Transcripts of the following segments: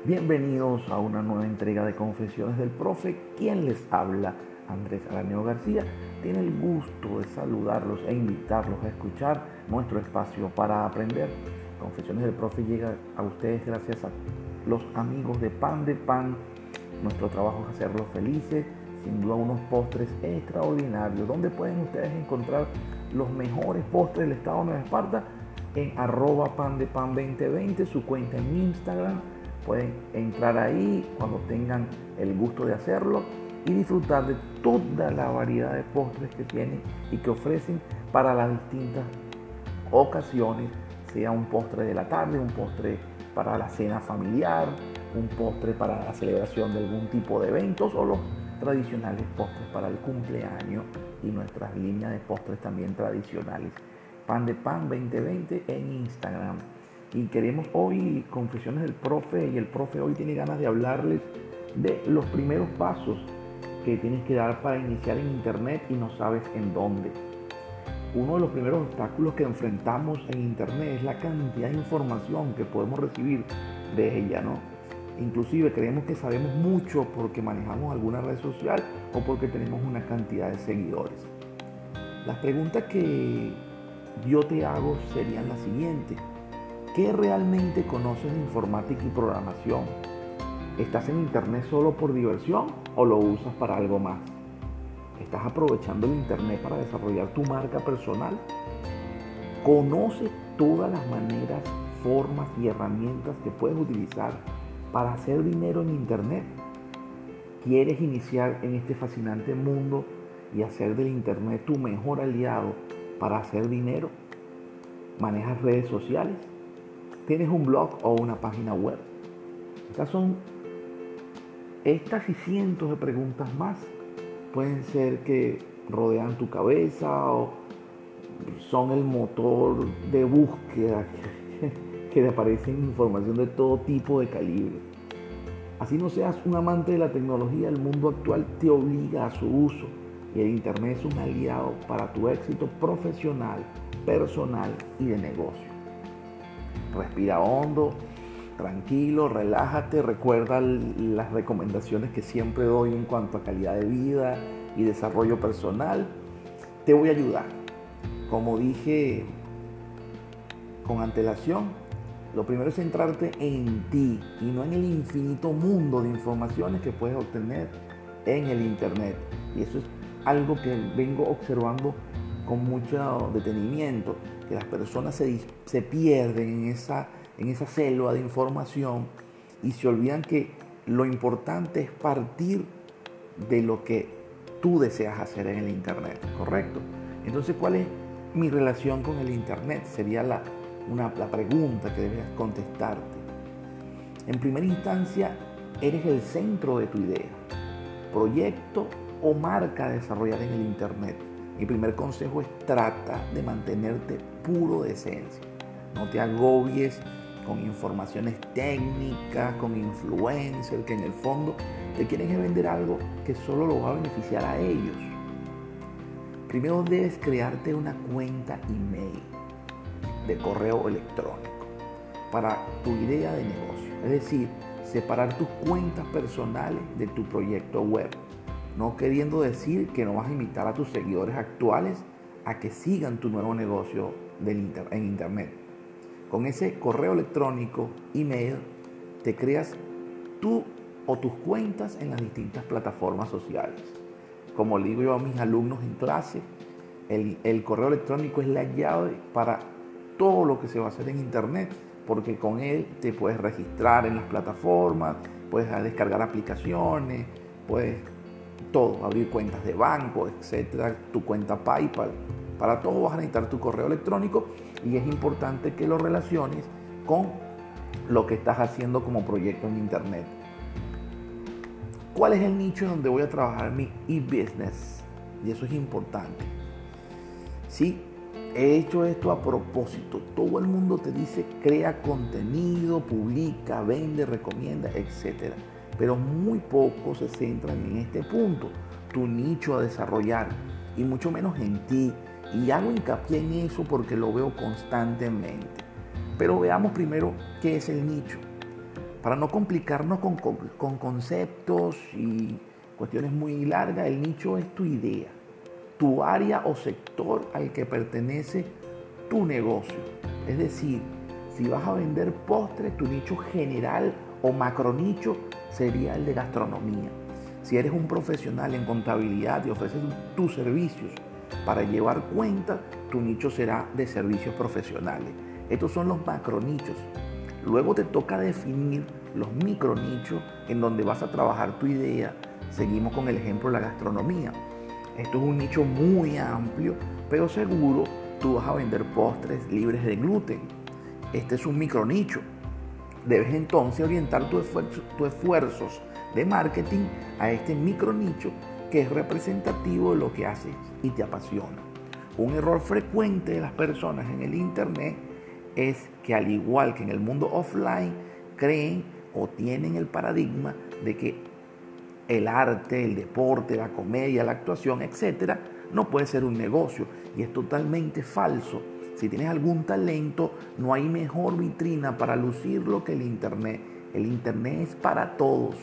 Bienvenidos a una nueva entrega de Confesiones del Profe. Quien les habla, Andrés Araneo García, tiene el gusto de saludarlos e invitarlos a escuchar nuestro espacio para aprender. Confesiones del Profe llega a ustedes gracias a los amigos de Pan de Pan. Nuestro trabajo es hacerlos felices, sin duda unos postres extraordinarios, donde pueden ustedes encontrar los mejores postres del estado de Nueva Esparta en @pandepan2020, su cuenta en Instagram. Pueden entrar ahí cuando tengan el gusto de hacerlo y disfrutar de toda la variedad de postres que tienen y que ofrecen para las distintas ocasiones, sea un postre de la tarde, un postre para la cena familiar, un postre para la celebración de algún tipo de eventos o los tradicionales postres para el cumpleaños y nuestras líneas de postres también tradicionales. Pan de Pan 2020 en Instagram. Y queremos hoy confesiones del profe, y el profe hoy tiene ganas de hablarles de los primeros pasos que tienes que dar para iniciar en internet y no sabes en dónde. Uno de los primeros obstáculos que enfrentamos en internet es la cantidad de información que podemos recibir de ella, ¿no? Inclusive creemos que sabemos mucho porque manejamos alguna red social o porque tenemos una cantidad de seguidores. Las preguntas que yo te hago serían las siguientes. ¿Qué realmente conoces de informática y programación? ¿Estás en internet solo por diversión o lo usas para algo más? ¿Estás aprovechando el internet para desarrollar tu marca personal? ¿Conoces todas las maneras, formas y herramientas que puedes utilizar para hacer dinero en internet? ¿Quieres iniciar en este fascinante mundo y hacer del internet tu mejor aliado para hacer dinero? ¿Manejas redes sociales? ¿Tienes un blog o una página web? Estas y cientos de preguntas más pueden ser que rodean tu cabeza o son el motor de búsqueda que te aparece información de todo tipo de calibre. Así no seas un amante de la tecnología, el mundo actual te obliga a su uso y el internet es un aliado para tu éxito profesional, personal y de negocio. Respira hondo, tranquilo, relájate, recuerda las recomendaciones que siempre doy en cuanto a calidad de vida y desarrollo personal. Te voy a ayudar. Como dije con antelación, lo primero es centrarte en ti y no en el infinito mundo de informaciones que puedes obtener en el internet. Y eso es algo que vengo observando con mucho detenimiento, que las personas se pierden en esa selva de información y se olvidan que lo importante es partir de lo que tú deseas hacer en el internet, ¿correcto? Entonces, ¿cuál es mi relación con el internet? Sería la pregunta que debes contestarte. En primera instancia, eres el centro de tu idea, proyecto o marca a desarrollar en el internet. Mi primer consejo es trata de mantenerte puro de esencia. No te agobies con informaciones técnicas, con influencers que en el fondo te quieren vender algo que solo lo va a beneficiar a ellos. Primero debes crearte una cuenta email de correo electrónico para tu idea de negocio. Es decir, separar tus cuentas personales de tu proyecto web. No queriendo decir que no vas a invitar a tus seguidores actuales a que sigan tu nuevo negocio en internet. Con ese correo electrónico, email, te creas tú o tus cuentas en las distintas plataformas sociales. Como le digo yo a mis alumnos en clase, el correo electrónico es la llave para todo lo que se va a hacer en internet, porque con él te puedes registrar en las plataformas, puedes descargar aplicaciones, puedes abrir cuentas de banco, etcétera, tu cuenta PayPal. Para todo vas a necesitar tu correo electrónico y es importante que lo relaciones con lo que estás haciendo como proyecto en internet. ¿Cuál es el nicho donde voy a trabajar mi e-business? Y eso es importante. Sí, he hecho esto a propósito. Todo el mundo te dice crea contenido, publica, vende, recomienda, etcétera. Pero muy pocos se centran en este punto, tu nicho a desarrollar, y mucho menos en ti. Y hago hincapié en eso porque lo veo constantemente. Pero veamos primero qué es el nicho. Para no complicarnos con conceptos y cuestiones muy largas, el nicho es tu idea, tu área o sector al que pertenece tu negocio. Es decir, si vas a vender postres, tu nicho general o macronicho sería el de gastronomía. Si eres un profesional en contabilidad y ofreces tus servicios para llevar cuentas, tu nicho será de servicios profesionales. Estos son los macronichos. Luego te toca definir los micronichos en donde vas a trabajar tu idea. Seguimos con el ejemplo de la gastronomía. Esto es un nicho muy amplio, pero seguro tú vas a vender postres libres de gluten. Este es un micronicho. Debes entonces orientar tus esfuerzos de marketing a este micronicho que es representativo de lo que haces y te apasiona. Un error frecuente de las personas en el internet es que, al igual que en el mundo offline, creen o tienen el paradigma de que el arte, el deporte, la comedia, la actuación, etcétera, no puede ser un negocio, y es totalmente falso. Si tienes algún talento, no hay mejor vitrina para lucirlo que el internet. El internet es para todos.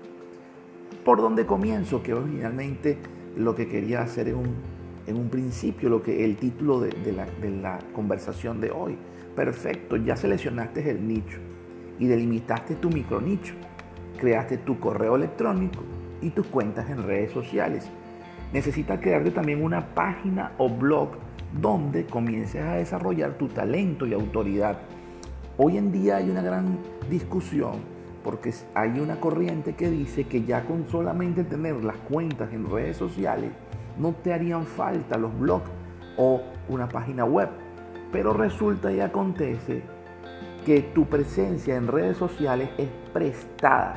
¿Por dónde comienzo? Que originalmente lo que quería hacer en un principio, el título de la conversación de hoy. Perfecto, ya seleccionaste el nicho y delimitaste tu micronicho. Creaste tu correo electrónico y tus cuentas en redes sociales. Necesitas crearte también una página o blog donde comiences a desarrollar tu talento y autoridad. Hoy en día hay una gran discusión porque hay una corriente que dice que ya con solamente tener las cuentas en redes sociales no te harían falta los blogs o una página web. Pero resulta y acontece que tu presencia en redes sociales es prestada.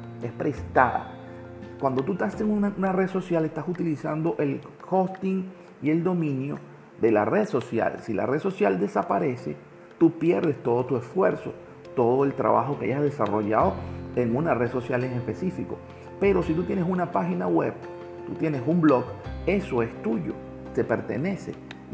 Cuando tú estás en una red social, estás utilizando el hosting y el dominio de la red social. Si la red social desaparece, tú pierdes todo tu esfuerzo, todo el trabajo que hayas desarrollado en una red social en específico. Pero si tú tienes una página web, tú tienes un blog, eso es tuyo, te pertenece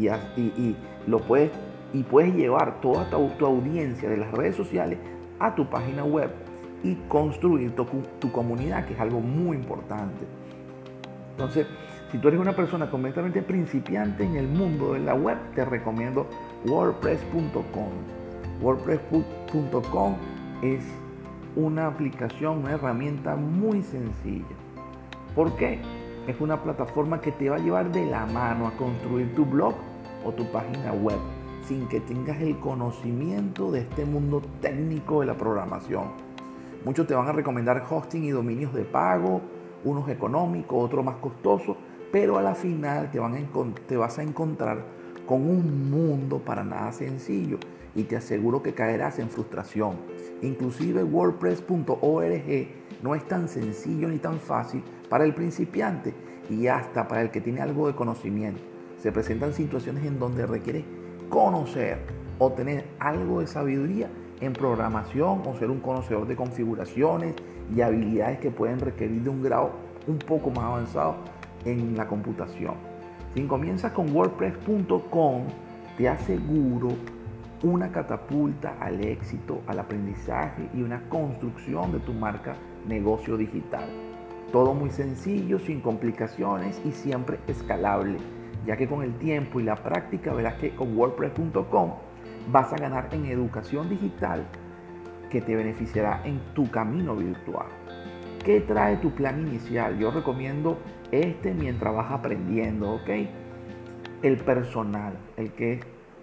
y puedes llevar toda tu audiencia de las redes sociales a tu página web y construir tu comunidad, que es algo muy importante. Entonces, si tú eres una persona completamente principiante en el mundo de la web, te recomiendo WordPress.com. WordPress.com es una aplicación, una herramienta muy sencilla. ¿Por qué? Es una plataforma que te va a llevar de la mano a construir tu blog o tu página web sin que tengas el conocimiento de este mundo técnico de la programación. Muchos te van a recomendar hosting y dominios de pago, unos económicos, otros más costosos, pero a la final te vas a encontrar con un mundo para nada sencillo y te aseguro que caerás en frustración. Inclusive WordPress.org no es tan sencillo ni tan fácil para el principiante y hasta para el que tiene algo de conocimiento. Se presentan situaciones en donde requiere conocer o tener algo de sabiduría en programación o ser un conocedor de configuraciones y habilidades que pueden requerir de un grado un poco más avanzado en la computación. Si comienzas con WordPress.com, te aseguro una catapulta al éxito, al aprendizaje y una construcción de tu marca negocio digital. Todo muy sencillo, sin complicaciones y siempre escalable, ya que con el tiempo y la práctica verás que con WordPress.com vas a ganar en educación digital que te beneficiará en tu camino virtual. ¿Qué trae tu plan inicial? Yo recomiendo mientras vas aprendiendo, ¿ok? El personal, el que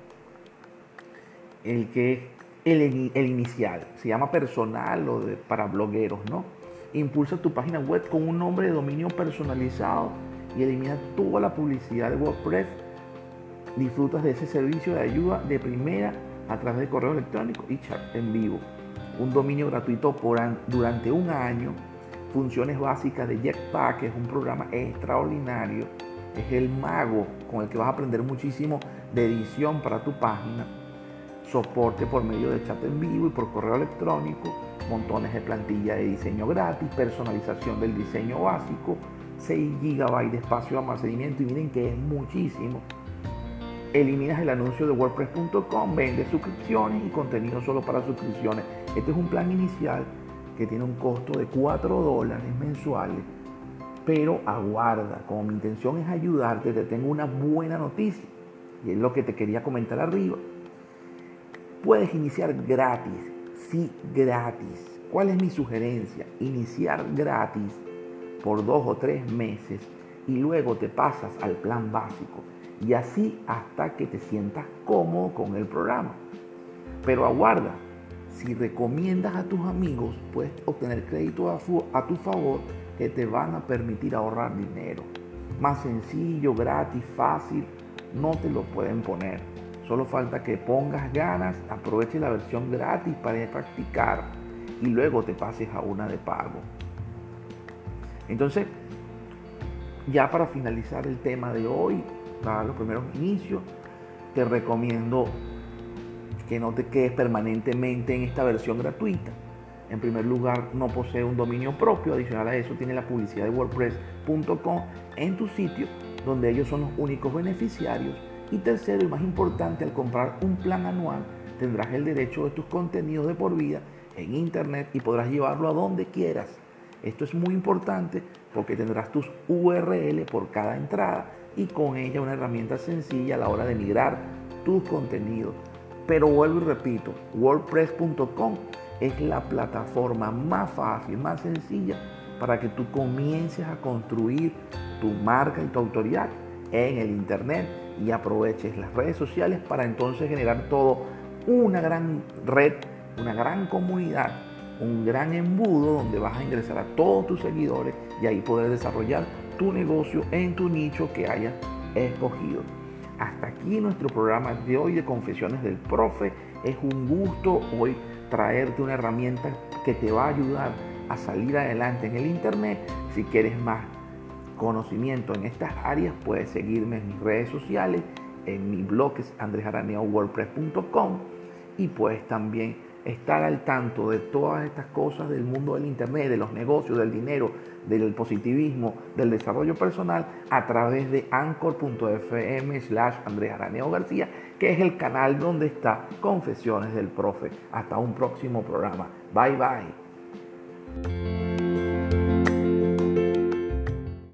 es el inicial, se llama personal o para blogueros, ¿no? Impulsa tu página web con un nombre de dominio personalizado y elimina toda la publicidad de WordPress. Disfrutas de ese servicio de ayuda de primera a través de correo electrónico y chat en vivo. Un dominio gratuito durante un año. Funciones básicas de Jetpack, que es un programa extraordinario. Es el mago con el que vas a aprender muchísimo de edición para tu página. Soporte por medio de chat en vivo y por correo electrónico. Montones de plantilla de diseño gratis. Personalización del diseño básico. 6 GB de espacio de almacenamiento y miren que es muchísimo. Eliminas el anuncio de WordPress.com, vendes suscripciones y contenido solo para suscripciones. Este es un plan inicial que tiene un costo de $4 mensuales. Pero aguarda, como mi intención es ayudarte, te tengo una buena noticia. Y es lo que te quería comentar arriba. Puedes iniciar gratis, sí, gratis. ¿Cuál es mi sugerencia? Iniciar gratis por 2 o 3 meses y luego te pasas al plan básico. Y así hasta que te sientas cómodo con el programa. Pero aguarda, si recomiendas a tus amigos, puedes obtener crédito a tu favor que te van a permitir ahorrar dinero. Más sencillo, gratis, fácil, no te lo pueden poner. Solo falta que pongas ganas, aproveches la versión gratis para practicar y luego te pases a una de pago. Entonces, ya para finalizar el tema de hoy, para los primeros inicios, te recomiendo que no te quedes permanentemente en esta versión gratuita. En primer lugar, no posee un dominio propio. Adicional a eso, tiene la publicidad de WordPress.com en tu sitio, donde ellos son los únicos beneficiarios. Y tercero, y más importante, al comprar un plan anual, tendrás el derecho de tus contenidos de por vida en Internet y podrás llevarlo a donde quieras. Esto es muy importante porque tendrás tus URL por cada entrada y con ella una herramienta sencilla a la hora de migrar tus contenidos. Pero vuelvo y repito, WordPress.com es la plataforma más fácil, más sencilla para que tú comiences a construir tu marca y tu autoridad en el Internet y aproveches las redes sociales para entonces generar todo una gran red, una gran comunidad, un gran embudo donde vas a ingresar a todos tus seguidores y ahí poder desarrollar tu negocio en tu nicho que hayas escogido. Hasta aquí nuestro programa de hoy de Confesiones del Profe. Es un gusto hoy traerte una herramienta que te va a ayudar a salir adelante en el Internet. Si quieres más conocimiento en estas áreas, puedes seguirme en mis redes sociales, en mi blog que es andresaraneowordpress.com y puedes también estar al tanto de todas estas cosas del mundo del Internet, de los negocios, del dinero, del positivismo, del desarrollo personal a través de anchor.fm/andresaraneogarcía, que es el canal donde está Confesiones del Profe. Hasta un próximo programa. Bye bye.